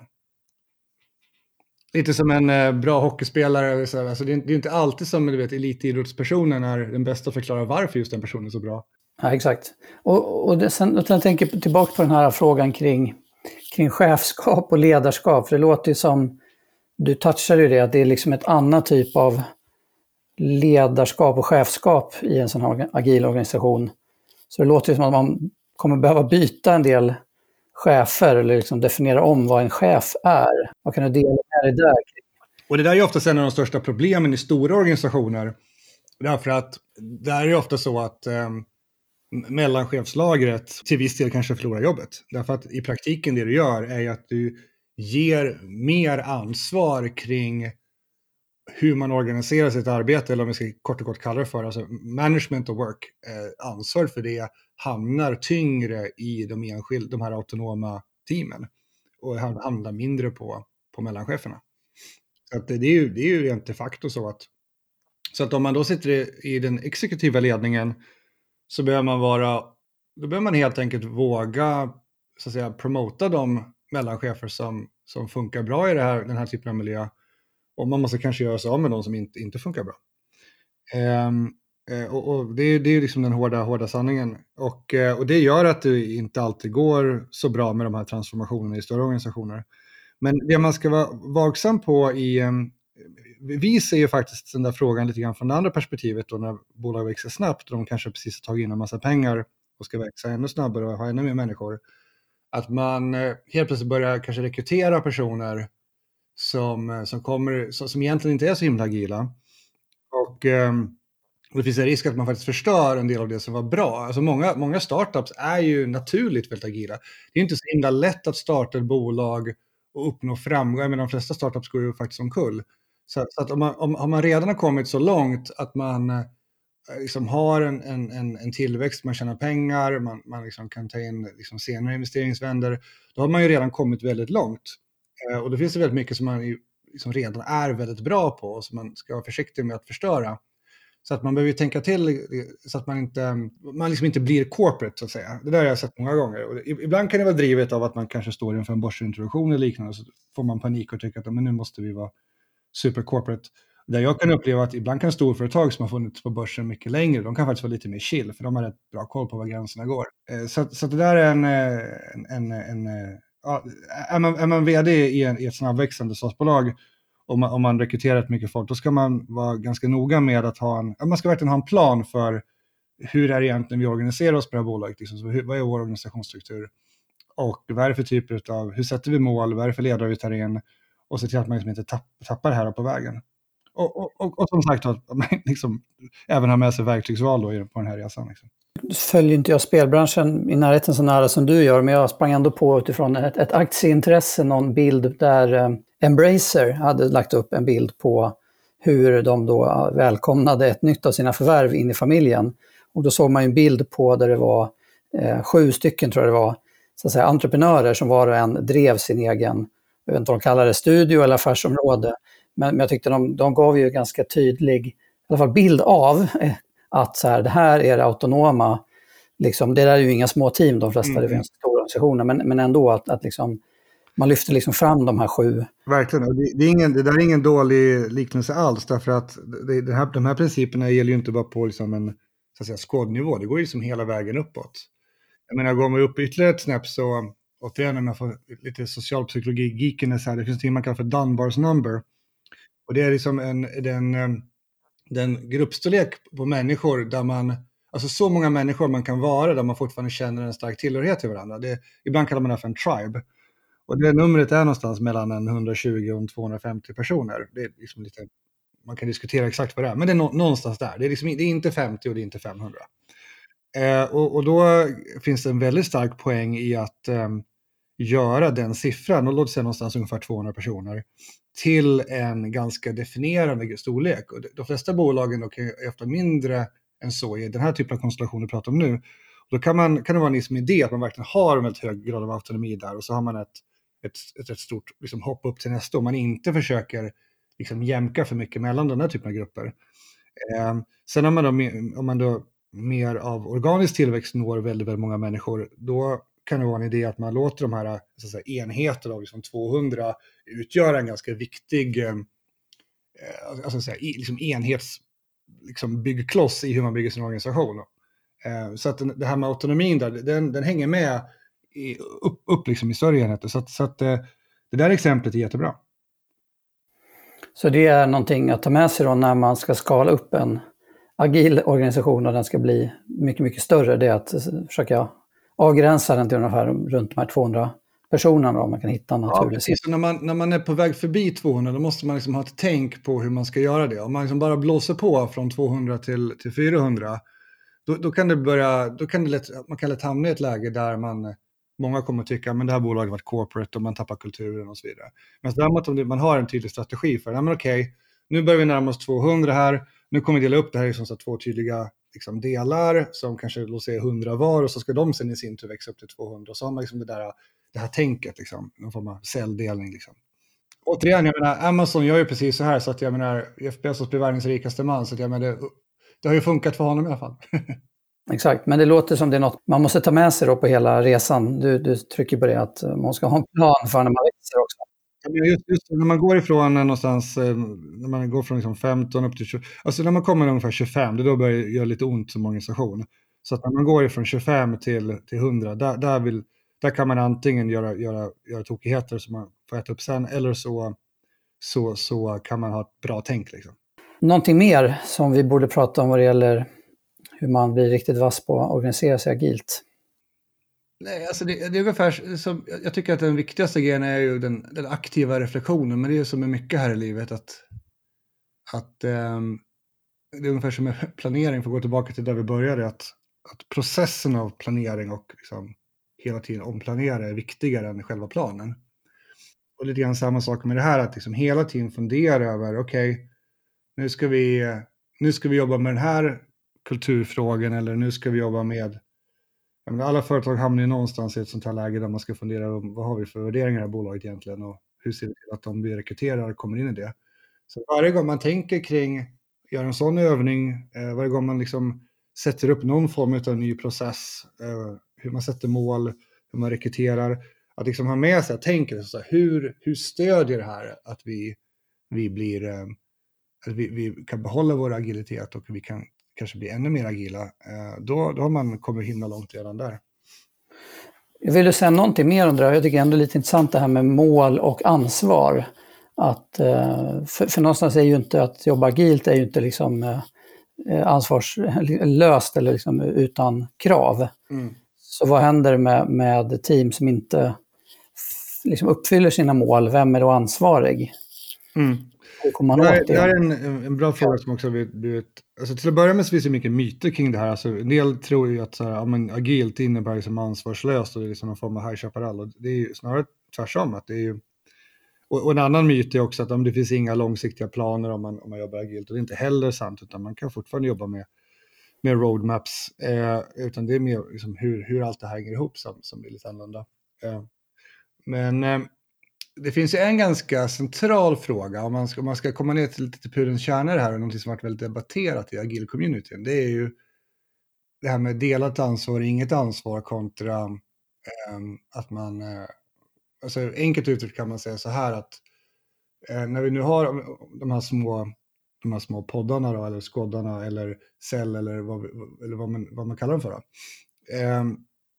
Lite som en bra hockeyspelare. Alltså det är inte alltid som elitidrottspersonen är den bästa att förklara varför just den personen är så bra. Ja, exakt. Och sen jag tänker tillbaka på den här frågan kring chefskap och ledarskap. För det låter ju som, du touchade ju det, att det är liksom ett annat typ av ledarskap och chefskap i en sån här agil organisation. Så det låter ju som att man kommer behöva byta en del chefer eller liksom definiera om vad en chef är. Vad kan du dela med dig där? Och det där är ju ofta en av de största problemen i stora organisationer. Därför att där är det ofta så att mellanchefslagret till viss del kanske förlorar jobbet. Därför att i praktiken det du gör är att du ger mer ansvar kring hur man organiserar sitt arbete, eller om vi ska kort och kort kalla det för, alltså management of work, ansvar för det hamnar tyngre i de här autonoma teamen och hamnar mindre på mellancheferna. Så att det är ju rent de facto så att om man då sitter i den exekutiva ledningen, så behöver man helt enkelt våga, så att säga, promota de mellanchefer som funkar bra i den här typen av miljö. Och man måste kanske göra sig av med de som inte funkar bra. Och det är liksom den hårda sanningen. Och det gör att det inte alltid går så bra med de här transformationerna i större organisationer. Men det man ska vara vaksam på vi ser ju faktiskt den där frågan lite grann från det andra perspektivet då, när bolag växer snabbt och de kanske precis har tagit in en massa pengar och ska växa ännu snabbare och ha ännu mer människor. Att man helt plötsligt börjar kanske rekrytera personer som egentligen inte är så himla agila. Och det finns en risk att man faktiskt förstör en del av det som var bra. Alltså många startups är ju naturligt väldigt agila. Det är inte så himla lätt att starta ett bolag och uppnå framgång. Men de flesta startups går ju faktiskt omkull. Så att om man redan har kommit så långt att man liksom har en tillväxt, man tjänar pengar, man liksom kan ta in liksom senare investeringsvänder, då har man ju redan kommit väldigt långt. Och det finns det väldigt mycket som man liksom redan är väldigt bra på och som man ska vara försiktig med att förstöra. Så att man behöver tänka till så att man liksom inte blir corporate, så att säga. Det där har jag sett många gånger. Och ibland kan det vara drivet av att man kanske står inför en börsintroduktion eller liknande, så får man panik och tycker att men nu måste vi vara super corporate. Där jag kan uppleva att ibland kan storföretag som har funnits på börsen mycket längre, de kan faktiskt vara lite mer chill, för de har rätt bra koll på var gränserna går. Så det där är är man vd i ett snabbväxande SaaS-bolag, om man rekryterar ett mycket folk, då ska man vara ganska noga med att man ska verkligen ha en plan för hur är det egentligen vi organiserar oss på det här bolaget. Liksom. Så vad är vår organisationsstruktur? Och vad är det för typer av, hur sätter vi mål, vad är det för ledare vi tar in, och se till att man liksom inte tappar det här på vägen. Och som sagt att man liksom även har med sig verktygsval då på den här resan. Liksom. Följer inte jag spelbranschen i närheten så nära som du gör, men jag sprang ändå på utifrån ett aktieintresse, någon bild där Embracer hade lagt upp en bild på hur de då välkomnade ett nytt av sina förvärv in i familjen. Och då såg man en bild på där det var 7 stycken, tror jag det var, så att säga, entreprenörer som var och en drev sin egen, jag vet inte om de kallar det studio eller affärsområde, men jag tyckte de gav ju ganska tydlig i alla fall bild av att så här, det här är det autonoma, liksom, det där är ju inga små team, de flesta, det finns stora organisationer, men ändå att liksom, man lyfter liksom fram de här 7. Verkligen, det där är ingen dålig liknelse alls, därför att de här principerna gäller ju inte bara på liksom en, så att säga, skådnivå, det går ju liksom hela vägen uppåt. Jag menar, går man upp ytterligare ett snäpp så, återigen om jag får lite socialpsykologi-geekiness här, det finns något man kallar för Dunbars number. Och det är liksom den gruppstorlek på människor där man, alltså så många människor man kan vara där man fortfarande känner en stark tillhörighet till varandra. Ibland kallar man det för en tribe. Och det numret är någonstans mellan en 120 och en 250 personer. Det är liksom lite, man kan diskutera exakt vad det är, men det är någonstans där. Det är inte 50 och det är inte 500. Och då finns det en väldigt stark poäng i att göra den siffran, och låt säga någonstans ungefär 200 personer, till en ganska definierande storlek. Och de flesta bolagen då kan ju ofta mindre än så i den här typen av konstellationer vi pratar om nu. Och då kan det vara en liksom idé att man verkligen har en väldigt hög grad av autonomi där, och så har man ett stort liksom hopp upp till nästa, och man inte försöker liksom jämka för mycket mellan den här typen av grupper. Sen om man då mer av organisk tillväxt når väldigt, väldigt många människor, då kan det vara en idé att man låter de här så att säga, enheter av liksom 200 utgöra en ganska viktig alltså, så här, liksom byggkloss i hur man bygger sin organisation. Så att det här med autonomin där, den hänger med upp liksom i större enheter. Så att det där exemplet är jättebra. Så det är någonting att ta med sig då när man ska skala upp en agil organisation och den ska bli mycket, mycket större. Det är att försöka avgränsa den till ungefär runt de här 200 personerna om man kan hitta naturligt. Ja, precis. När man är på väg förbi 200, då måste man liksom ha ett tänk på hur man ska göra det. Om man liksom bara blåser på från 200 till 400, då kan man kan lätt hamna i ett läge där många kommer att tycka att det här bolaget har varit corporate och man tappar kulturen och så vidare. Men däremot om man har en tydlig strategi för okej, nu börjar vi närma oss 200 här, nu kommer vi dela upp det här i liksom 2 tydliga liksom delar som kanske låt säga 100 var, och så ska de sen i sin tur växa upp till 200, och så har man liksom det här tänket, liksom, någon form av celldelning. Liksom. Återigen, jag menar, Amazon gör ju precis så här, så att jag menar, Jeff Bezos blir världens rikaste man, så att jag menar, det har ju funkat för honom i alla fall. Exakt, men det låter som det är något man måste ta med sig då på hela resan. Du trycker på det att man ska ha en plan för när man växer också. Just när man går ifrån någonstans, när man går från liksom 15 upp till 20, alltså när man kommer ungefär 25, då börjar det göra lite ont som organisation. Så att när man går ifrån 25 till 100, där kan man antingen göra tokigheter som man får äta upp sen, eller så kan man ha ett bra tänk. Liksom. Någonting mer som vi borde prata om vad det gäller hur man blir riktigt vass på att organisera sig agilt? Nej, alltså det är ungefär så, jag tycker att den viktigaste grejen är ju den aktiva reflektionen, men det är ju som med mycket här i livet att det är ungefär som med planering, för att gå tillbaka till där vi började, att processen av planering och liksom hela tiden omplanera är viktigare än själva planen. Och lite grann samma sak med det här, att liksom hela tiden fundera över, okej, nu ska vi jobba med den här kulturfrågan, eller nu ska vi jobba med, alla företag hamnar ju någonstans i ett sånt här läge där man ska fundera vad har vi för värderingar i det här bolaget egentligen, och hur ser det till att de vi rekryterar kommer in i det. Så varje gång man tänker kring, gör en sån övning, varje gång man liksom sätter upp någon form av ny process, hur man sätter mål, hur man rekryterar, att liksom ha med sig, tänker så här, hur stödjer det här att vi blir, att vi kan behålla vår agilitet och vi kan kanske bli ännu mer agila, då har man kommit himla långt redan där. Jag vill säga någonting mer om det här. Jag tycker ändå lite intressant det här med mål och ansvar. Att, för någonstans är ju inte att jobba agilt är ju inte liksom ansvarslöst eller liksom utan krav. Så vad händer med team som inte liksom uppfyller sina mål? Vem är då ansvarig? Det här är en bra fråga som också har blivit, alltså till att börja med så finns det mycket myter kring det här. Alltså, en del tror ju att så här, agilt innebär liksom ansvarslöst och det är liksom någon form av High Chaparral. Det är ju snarare tvärtom. Att det är ju, och en annan myt är också att det finns inga långsiktiga planer om man jobbar agilt. Och det är inte heller sant, utan man kan fortfarande jobba med roadmaps. Utan det är mer liksom hur allt det här hänger ihop som blir lite annorlunda. Men det finns ju en ganska central fråga, om man ska komma ner till pudelns kärna här, och något som har varit väldigt debatterat i agil-communityn, det är ju det här med delat ansvar och inget ansvar kontra att man, alltså enkelt uttryckt kan man säga så här att när vi nu har de här små poddarna då, eller skoddarna eller cell eller vad man kallar dem för då,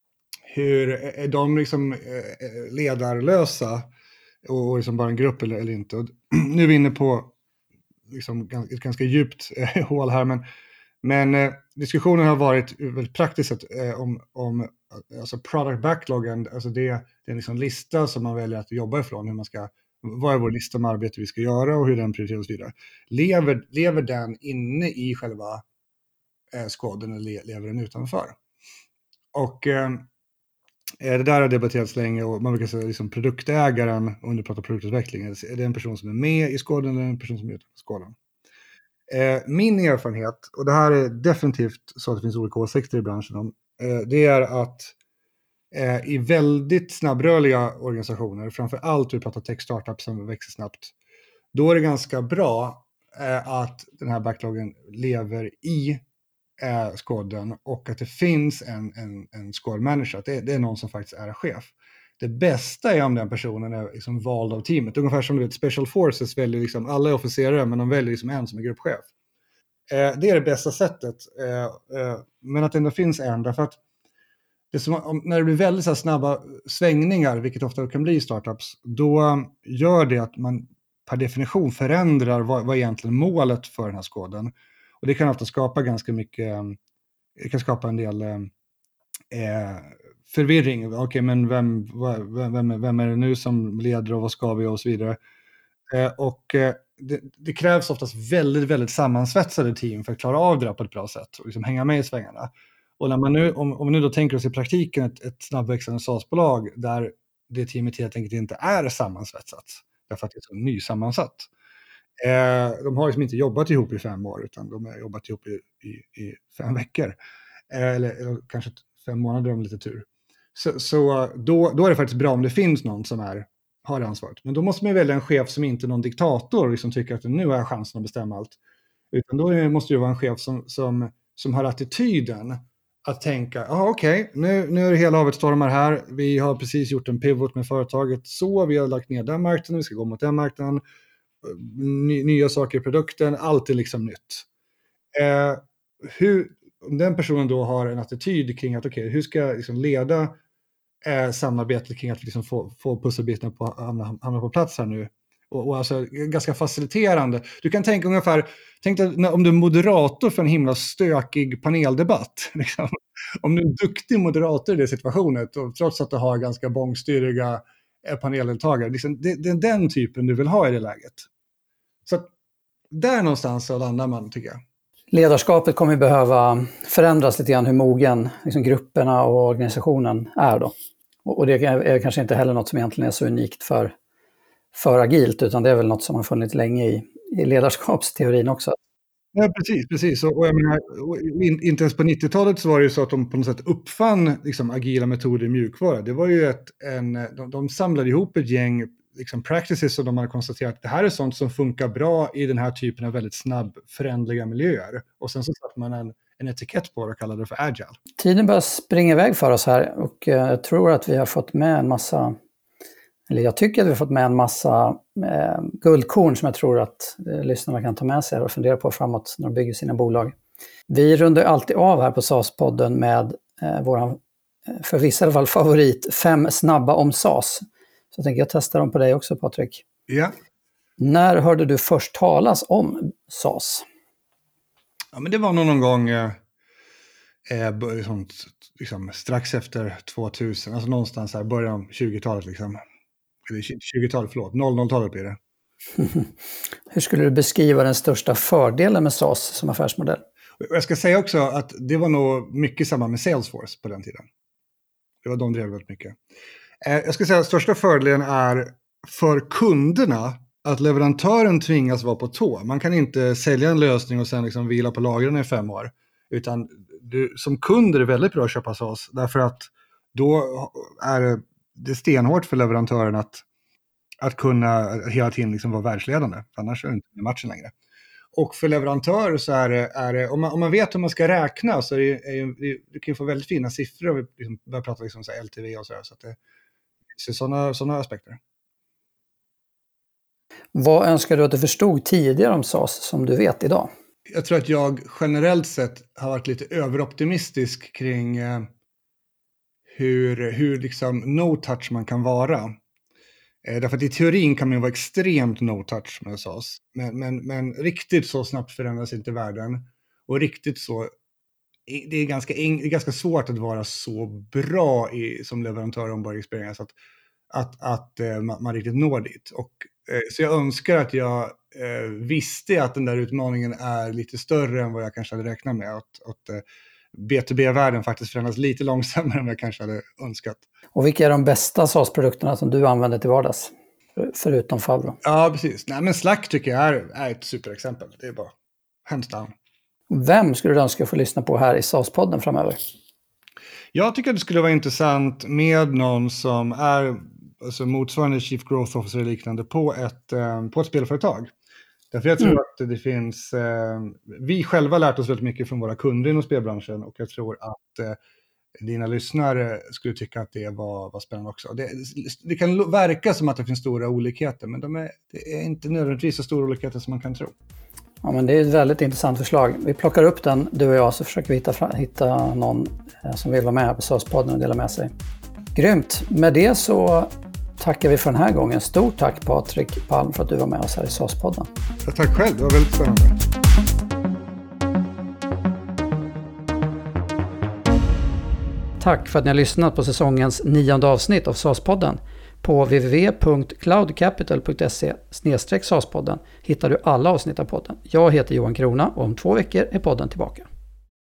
hur är de liksom ledarlösa och liksom bara en grupp eller inte. Och nu är vi inne på liksom ett ganska djupt hål här, men diskussionen har varit väldigt praktiskt sett om alltså product backloggen, alltså det är en liksom lista som man väljer att jobba ifrån, hur man ska, vad är vår lista med arbete vi ska göra och hur den prioriteras och så vidare. Lever den inne i själva skåden eller lever den utanför? Och det där har debatterats länge och man brukar säga liksom produktägaren, om du pratar produktutveckling, är det en person som är med i skåden eller en person som är utanför skåden? Min erfarenhet, och det här är definitivt så att det finns olika åsikter i branschen om, det är att i väldigt snabbrörliga organisationer, framför allt vi pratar tech-startups som växer snabbt, då är det ganska bra att den här backloggen lever i skåden och att det finns en squad manager, att det är någon som faktiskt är chef. Det bästa är om den personen är liksom vald av teamet. Ungefär som du vet, Special Forces väljer liksom, alla är officerare, men de väljer liksom en som är gruppchef. Det är det bästa sättet. Men att det ändå finns en, därför att det som, när det blir väldigt så här snabba svängningar, vilket ofta kan bli i startups, då gör det att man per definition förändrar vad egentligen målet för den här skåden. Och det kan ofta skapa ganska mycket, det kan skapa en del förvirring. Okej, men vem är det nu som leder och vad ska vi och så vidare. Det krävs oftast väldigt, väldigt sammansvetsade team för att klara av det på ett bra sätt och liksom hänga med i svängarna. Och när man nu, om vi nu då tänker oss i praktiken ett snabbväxande SaaS-bolag där det teamet helt enkelt inte är sammansvetsat, därför att det är så nysammansatt. De har liksom inte jobbat ihop i 5 år, utan de har jobbat ihop i 5 veckor. Eller kanske 5 månader om lite tur. Så då är det faktiskt bra om det finns någon som har ansvaret. Men då måste man välja en chef som inte är någon diktator och liksom tycker att nu har jag chansen att bestämma allt. Utan då måste det vara en chef som har attityden att tänka, okej, nu är det hela havet stormar här. Vi har precis gjort en pivot med företaget, så vi har lagt ner den marknaden, vi ska gå mot den marknaden. Nya saker i produkten, allt är liksom nytt. Om den personen då har en attityd kring att hur ska jag liksom leda samarbetet kring att liksom få pusselbitarna på hamna på plats här nu. Och alltså ganska faciliterande. Du kan tänk dig om du är moderator för en himla stökig paneldebatt. Liksom. Om du är en duktig moderator i det situationen, och trots att du har ganska bångstyriga paneldeltagare. Liksom, det är den typen du vill ha i det läget. Så där någonstans så landar man, tycker jag. Ledarskapet kommer behöva förändras lite grann, hur mogen liksom grupperna och organisationen är då. Och det är kanske inte heller något som egentligen är så unikt för agilt, utan det är väl något som har funnits länge i ledarskapsteorin också. Ja, precis. Och jag menar, inte ens på 90-talet så var det ju så att de på något sätt uppfann liksom, agila metoder i mjukvara. Det var ju de samlade ihop ett gäng liksom, practices, och de hade konstaterat att det här är sånt som funkar bra i den här typen av väldigt snabb förändliga miljöer. Och sen så satte man en etikett på det och kallade det för agile. Tiden börjar springa iväg för oss här, och jag tror att vi har fått med jag tycker att vi har fått med en massa guldkorn som jag tror att lyssnarna kan ta med sig och fundera på framåt när de bygger sina bolag. Vi rundar alltid av här på SaaS-podden med våran, för vissa i alla fall, favorit 5 snabba om SaaS. Så tänker jag testa dem på dig också, Patrik. Ja. När hörde du först talas om SaaS? Ja, men det var någon gång liksom, strax efter 2000, alltså någonstans här början 20-talet liksom. Eller 20-talet, 00-talet blir det. Hur skulle du beskriva den största fördelen med SaaS som affärsmodell? Jag ska säga också att det var nog mycket samma med Salesforce på den tiden. Det var de drev väldigt mycket. Jag ska säga att största fördelen är för kunderna att leverantören tvingas vara på tå. Man kan inte sälja en lösning och sen liksom vila på lagren i 5 år. Utan du, som kund är det väldigt bra att köpa SaaS. Därför att då är det stenhårt för leverantören att kunna hela tiden liksom vara världsledande. Annars är det inte matchen längre. Och för leverantör så är det om man vet hur man ska räkna, så du kan få väldigt fina siffror och liksom börja prata liksom så LTV och så att det är sådana aspekter. Vad önskar du att du förstod tidigare om SaaS som du vet idag? Jag tror att jag generellt sett har varit lite överoptimistisk kring hur liksom no-touch man kan vara. Därför att i teorin kan man ju vara extremt no-touch med SAS. Men riktigt så snabbt förändras inte världen. Och riktigt så, det är ganska svårt att vara så bra som leverantör onboard experience att man riktigt når dit. Så jag önskar att jag visste att den där utmaningen är lite större än vad jag kanske hade räknat med. Att B2B-världen faktiskt förändras lite långsammare än vad jag kanske hade önskat. Och vilka är de bästa SAS-produkterna som du använder till vardags? Förutom Favro. Ja, precis. Nej, men Slack tycker jag är ett superexempel. Det är bara hands down. Vem skulle du önska få lyssna på här i SAS-podden framöver? Jag tycker att det skulle vara intressant med någon som är alltså motsvarande Chief Growth Officer och liknande på ett spelföretag. Därför jag tror att det finns... vi själva lärt oss väldigt mycket från våra kunder inom spelbranschen och jag tror att dina lyssnare skulle tycka att det var spännande också. Det kan verka som att det finns stora olikheter, men det är inte nödvändigtvis så stora olikheter som man kan tro. Ja, men det är ett väldigt intressant förslag. Vi plockar upp den, du och jag, så försöker vi hitta någon som vill vara med här på SAS-podden och dela med sig. Grymt! Med det så tackar vi för den här gången. Stort tack Patrik Palm för att du var med oss här i SAS-podden. Ja, tack själv, det var väldigt spännande. Tack för att ni har lyssnat på säsongens 9:e avsnitt av SAS-podden. På www.cloudcapital.se/SAS-podden hittar du alla avsnitt av podden. Jag heter Johan Krona och om 2 veckor är podden tillbaka.